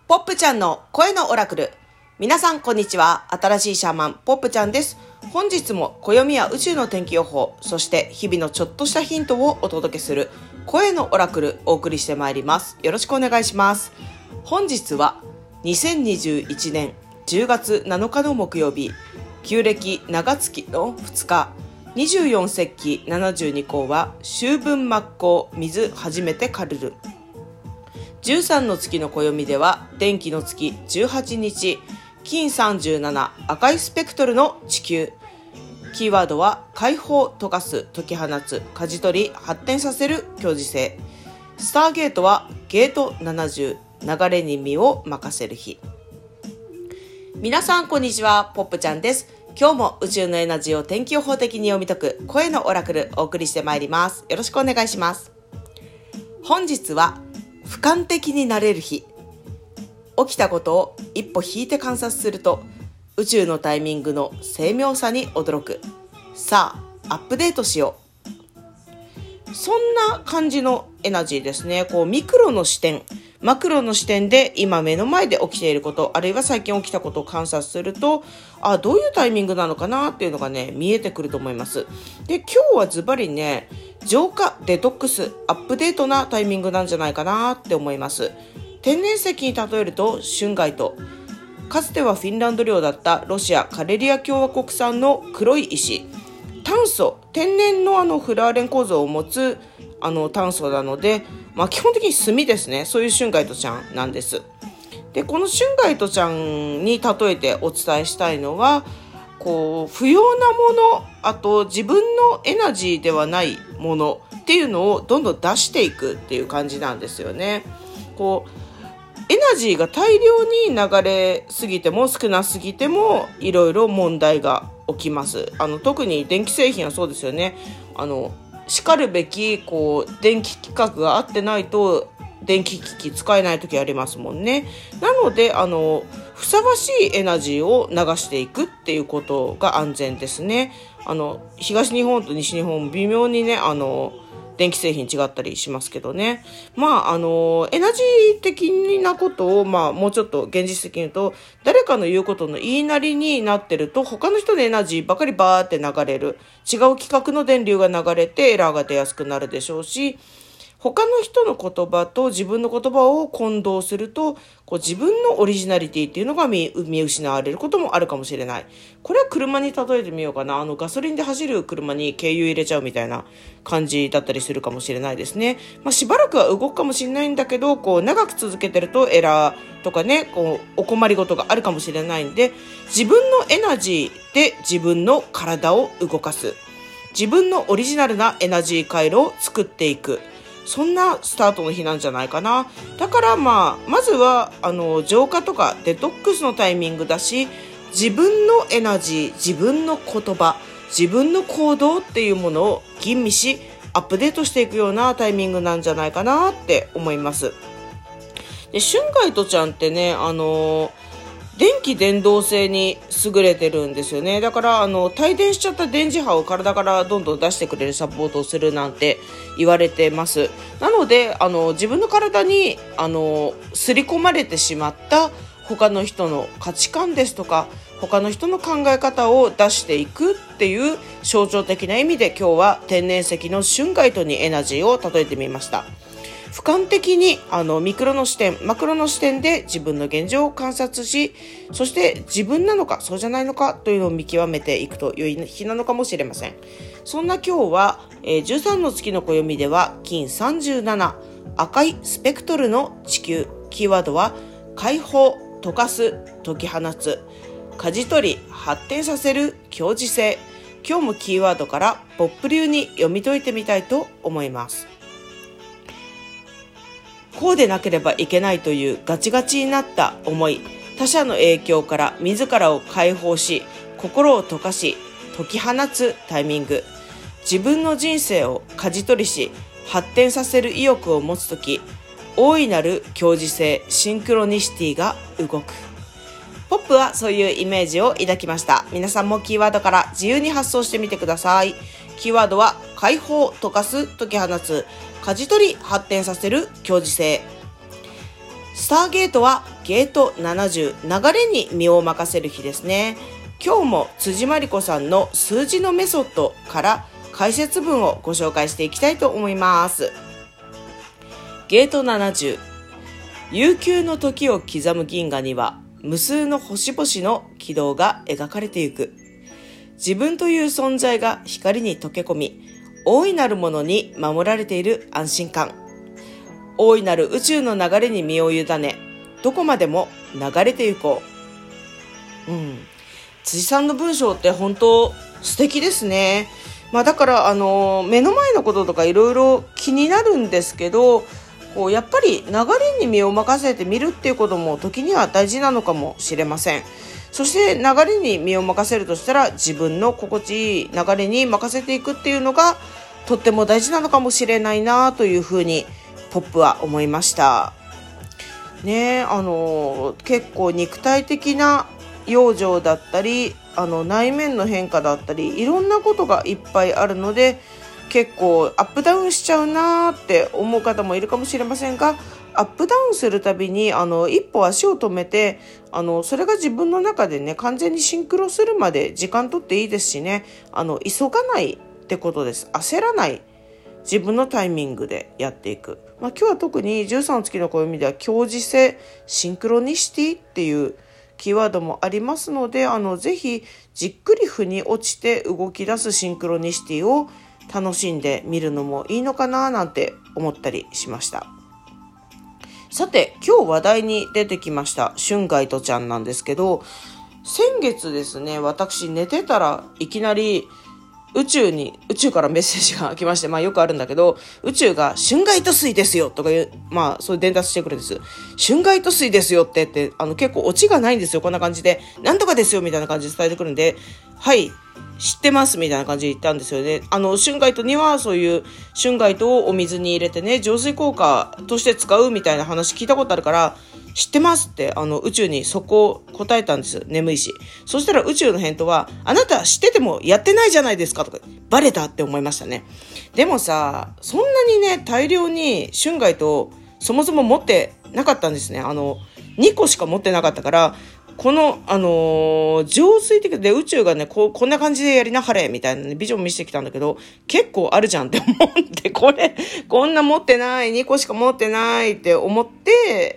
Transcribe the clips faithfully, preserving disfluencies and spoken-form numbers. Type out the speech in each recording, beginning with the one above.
ポップちゃんの声のオラクル。皆さんこんにちは。新しいシャーマンポップちゃんです。本日も暦や宇宙の天気予報、そして日々のちょっとしたヒントをお届けする声のオラクルお送りしてまいります。よろしくお願いします。本日はにせんにじゅういちねんじゅうがつなのかの木曜日、旧暦長月のふつか、にじゅうよん節気ななじゅうに項は秋分末光、水初めて借りる。じゅうさんの月の暦では天気の月じゅうはちにち、金さんじゅうなな、赤いスペクトルの地球。キーワードは解放、溶かす、解き放つ、舵取り、発展させる、強磁性。スターゲートはゲートななじゅう、流れに身を任せる日。皆さんこんにちは、ポップちゃんです。今日も宇宙のエナジーを天気予報的に読み解く声のオラクルお送りしてまいります。よろしくお願いします。本日は俯瞰的になれる日。起きたことを一歩引いて観察すると宇宙のタイミングの精妙さに驚く。さあアップデートしよう。そんな感じのエナジーですね。こうミクロの視点、マクロの視点で今目の前で起きていること、あるいは最近起きたことを観察すると、あ、どういうタイミングなのかなっていうのがね、見えてくると思います。で、今日はズバリね、浄化、デトックス、アップデートなタイミングなんじゃないかなって思います。天然石に例えると春貝と、かつてはフィンランド領だったロシアカレリア共和国産の黒い石、炭素、天然のあのフラーレン構造を持つあの炭素なので、まあ、基本的に炭ですね。そういう春貝とちゃんなんです。で、この春貝とちゃんに例えてお伝えしたいのは、こう不要なもの、あと自分のエナジーではないものっていうのをどんどん出していくっていう感じなんですよね。こうエナジーが大量に流れすぎても少なすぎてもいろいろ問題が起きます。あの特に電気製品はそうですよね。あのしかるべきこう電気規格が合ってないと電気機器使えない時ありますもんね。なのであのふさわしいエナジーを流していくっていうことが安全ですね。あの東日本と西日本微妙にね、あの電気製品違ったりしますけどね。まあ、あの、エナジー的なことを、まあ、もうちょっと現実的に言うと、誰かの言うことの言いなりになってると、他の人のエナジーばかりバーって流れる。違う規格の電流が流れてエラーが出やすくなるでしょうし、他の人の言葉と自分の言葉を混同すると、こう自分のオリジナリティっていうのが 見, 見失われることもあるかもしれない。これは車に例えてみようかな。あのガソリンで走る車に軽油入れちゃうみたいな感じだったりするかもしれないですね。まあ、しばらくは動くかもしれないんだけど、こう長く続けてるとエラーとかね、こうお困りごとがあるかもしれないんで、自分のエナジーで自分の体を動かす。自分のオリジナルなエナジー回路を作っていく。そんなスタートの日なんじゃないかな。だからまあ、まずはあの浄化とかデトックスのタイミングだし、自分のエナジー、自分の言葉、自分の行動っていうものを吟味し、アップデートしていくようなタイミングなんじゃないかなって思います。で、春貝とちゃんってね、あの電気伝導性に優れてるんですよね。だからあの帯電しちゃった電磁波を体からどんどん出してくれるサポートをするなんて言われてます。なのであの自分の体にあの刷り込まれてしまった他の人の価値観ですとか他の人の考え方を出していくっていう象徴的な意味で、今日は天然石の春貝とにエナジーを例えてみました。俯瞰的にあのミクロの視点、マクロの視点で自分の現状を観察し、そして自分なのかそうじゃないのかというのを見極めていくという日なのかもしれません。そんな今日は、えー、じゅうさんの月の暦では金さんじゅうなな、赤いスペクトルの地球。キーワードは解放、溶かす、解き放つ、舵取り、発展させる、強磁性。今日もキーワードからポップ流に読み解いてみたいと思います。こうでなければいけないというガチガチになった思い、他者の影響から自らを解放し、心を溶かし、解き放つタイミング。自分の人生を舵取りし、発展させる意欲を持つとき、大いなる強磁性、シンクロニシティが動く。ポップはそういうイメージを抱きました。皆さんもキーワードから自由に発想してみてください。キーワードは解放、溶かす、解き放つ、舵取り、発展させる、強磁性。 スターゲートはゲートななじゅう、流れに身を任せる日ですね。今日も辻真理子さんの数字のメソッドから解説文をご紹介していきたいと思います。ゲートななじゅう、悠久の時を刻む銀河には無数の星々の軌道が描かれてゆく。自分という存在が光に溶け込み、大いなるものに守られている安心感。大いなる宇宙の流れに身を委ね、どこまでも流れてゆこう。うん。辻さんの文章って本当素敵ですね。まあだからあの目の前のこととかいろいろ気になるんですけど、こうやっぱり流れに身を任せてみるっていうことも時には大事なのかもしれません。そして流れに身を任せるとしたら自分の心地いい流れに任せていくっていうのがとっても大事なのかもしれないなというふうにポップは思いましたね。あの結構肉体的な養生だったりあの内面の変化だったりいろんなことがいっぱいあるので結構アップダウンしちゃうなって思う方もいるかもしれませんが、アップダウンするたびにあの一歩足を止めてあのそれが自分の中でね完全にシンクロするまで時間とっていいですしね、あの急がないってことです。焦らない、自分のタイミングでやっていく。まあ、今日は特にじゅうさんの月の暦では共時性シンクロニシティっていうキーワードもありますので、あのぜひじっくり腑に落ちて動き出すシンクロニシティを楽しんでみるのもいいのかななんて思ったりしました。さて今日話題に出てきました春ガイトちゃんなんですけど、先月ですね、私寝てたらいきなり宇宙に宇宙からメッセージが来まして、まあよくあるんだけど、宇宙が春ガイト水ですよとかいう、まあそういう伝達してくるんです。春ガイト水ですよってってあの結構オチがないんですよ。こんな感じでなんとかですよみたいな感じで伝えてくるんで、はい知ってますみたいな感じで言ったんですよね。あの春ガイトにはそういう春ガイトをお水に入れてね浄水効果として使うみたいな話聞いたことあるから知ってますってあの宇宙にそこ答えたんです。眠いし。そしたら宇宙の返答はあなた知っててもやってないじゃないですかとかバレたって思いましたね。でもさそんなにね大量に春ガイトそもそも持ってなかったんですね。あのにこしか持ってなかったからこの、あのー、浄水的で宇宙がね、こう、こんな感じでやりなはれ、みたいなね、ビジョン見せてきたんだけど、結構あるじゃんって思って、これ、こんな持ってない、にこしか持ってないって思って、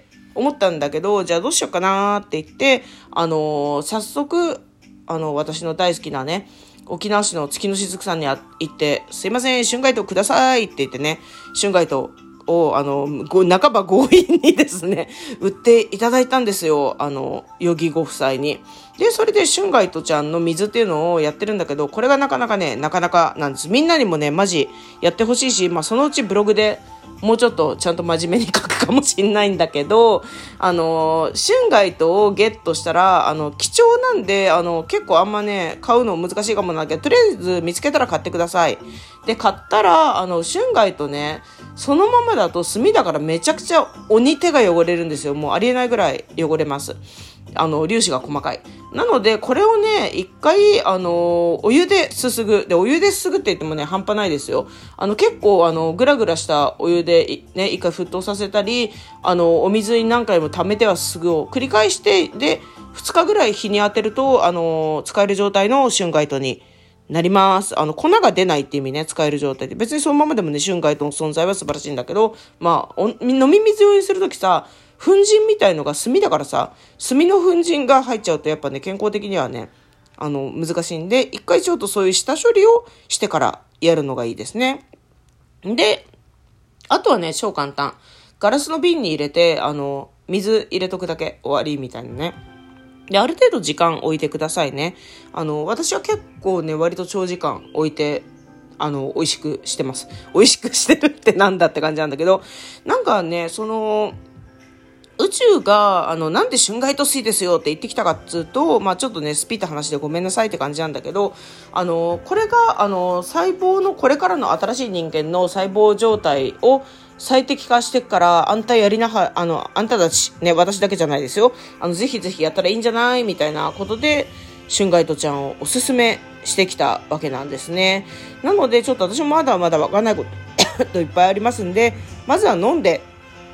思ったんだけど、じゃあどうしようかなって言って、あのー、早速、あの、私の大好きなね、沖縄市の月のしずくさんに行って、すいません、春ガイトくださいって言ってね、春ガイト、を、あの、半ば強引にですね、売っていただいたんですよ。あの、ヨギご夫妻に。で、それで春ガイトちゃんの水っていうのをやってるんだけど、これがなかなかね、なかなかなんです。みんなにもね、マジやってほしいし、まあそのうちブログでもうちょっとちゃんと真面目に書くかもしれないんだけど、あの、春ガイトをゲットしたら、あの、貴重なんで、あの、結構あんまね、買うの難しいかもなんだけど、とりあえず見つけたら買ってください。で、買ったら、あの、春ガイトね、そのままだと炭だからめちゃくちゃ鬼手が汚れるんですよ。もうありえないぐらい汚れます。あの、粒子が細かい。なので、これをね、一回、あの、お湯ですすぐ。で、お湯ですすぐって言ってもね、半端ないですよ。あの、結構、あの、ぐらぐらしたお湯で、ね、一回沸騰させたり、あの、お水に何回も溜めてはすぐを繰り返して、で、二日ぐらい日に当てると、あの、使える状態の春ガイトになります。あの、粉が出ないって意味ね、使える状態で。別にそのままでもね、春ガイトの存在は素晴らしいんだけど、まあ、飲み水用にするときさ、粉塵みたいのが炭だからさ、炭の粉塵が入っちゃうとやっぱね、健康的にはね、あの、難しいんで、一回ちょっとそういう下処理をしてからやるのがいいですね。で、あとはね、超簡単。ガラスの瓶に入れて、あの、水入れとくだけ終わりみたいなね。で、ある程度時間置いてくださいね。あの、私は結構ね、割と長時間置いて、あの、美味しくしてます。美味しくしてるってなんだって感じなんだけど、なんかね、その、宇宙が、あの、なんで春ガイト水ですよって言ってきたかっつうと、まあちょっとね、スピった話でごめんなさいって感じなんだけど、あの、これが、あの、細胞の、これからの新しい人間の細胞状態を最適化してから、あんたやりなは、あの、あんたたち、ね、私だけじゃないですよ。あの、ぜひぜひやったらいいんじゃないみたいなことで、春ガイトちゃんをおすすめしてきたわけなんですね。なので、ちょっと私もまだまだわかんないこといっぱいありますんで、まずは飲んで、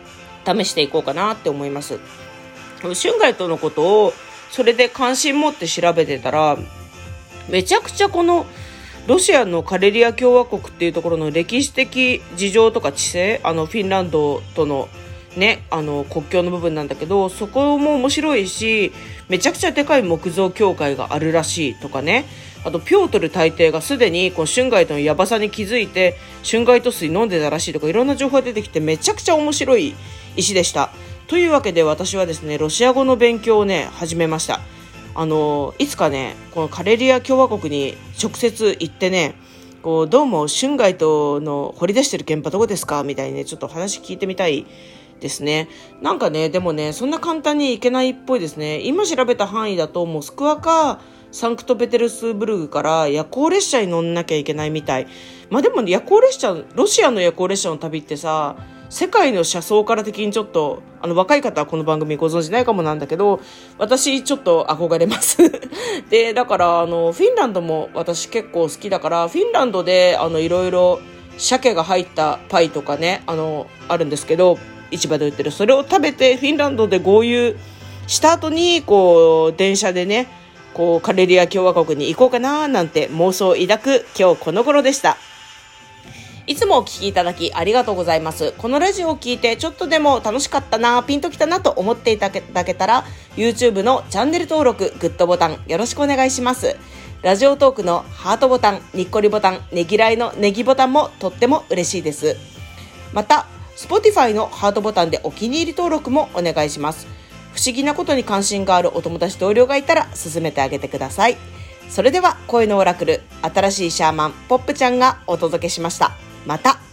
試していこうかなって思います。春外とのことをそれで関心持って調べてたら、めちゃくちゃこのロシアのカレリア共和国っていうところの歴史的事情とか地勢、あのフィンランドとのね、あの国境の部分なんだけど、そこも面白いし、めちゃくちゃでかい木造教会があるらしいとかね、あとピョートル大帝がすでにこの春外とのヤバさに気づいて春外と水飲んでたらしいとか、いろんな情報が出てきてめちゃくちゃ面白い石でした。というわけで私はですね、ロシア語の勉強をね始めました。あのいつかね、このカレリア共和国に直接行ってね、こうどうも春外との掘り出してる現場どこですかみたいにね、ちょっと話聞いてみたいですね。なんかね、でもね、そんな簡単に行けないっぽいですね。今調べた範囲だとモスクワかサンクトペテルスブルグから夜行列車に乗んなきゃいけないみたい。まあでも、ね、夜行列車、ロシアの夜行列車の旅ってさ、世界の車窓から的にちょっと、あの若い方はこの番組ご存知ないかもなんだけど、私ちょっと憧れますで、だからあのフィンランドも私結構好きだから、フィンランドであのいろいろ鮭が入ったパイとかね、あのあるんですけど、市場で売ってる、それを食べてフィンランドで豪遊した後にこう電車でね、こうカレリア共和国に行こうかななんて妄想を抱く今日この頃でした。いつもお聞きいただきありがとうございます。このラジオを聞いてちょっとでも楽しかったな、ピンときたなと思っていただけたら YouTube のチャンネル登録、グッドボタンよろしくお願いします。ラジオトークのハートボタン、にっこりボタン、ねぎらいのネギボタンもとっても嬉しいです。また Spotify のハートボタンでお気に入り登録もお願いします。不思議なことに関心があるお友達同僚がいたら勧めてあげてください。それでは声のオラクル、新しいシャーマンポップちゃんがお届けしました。また。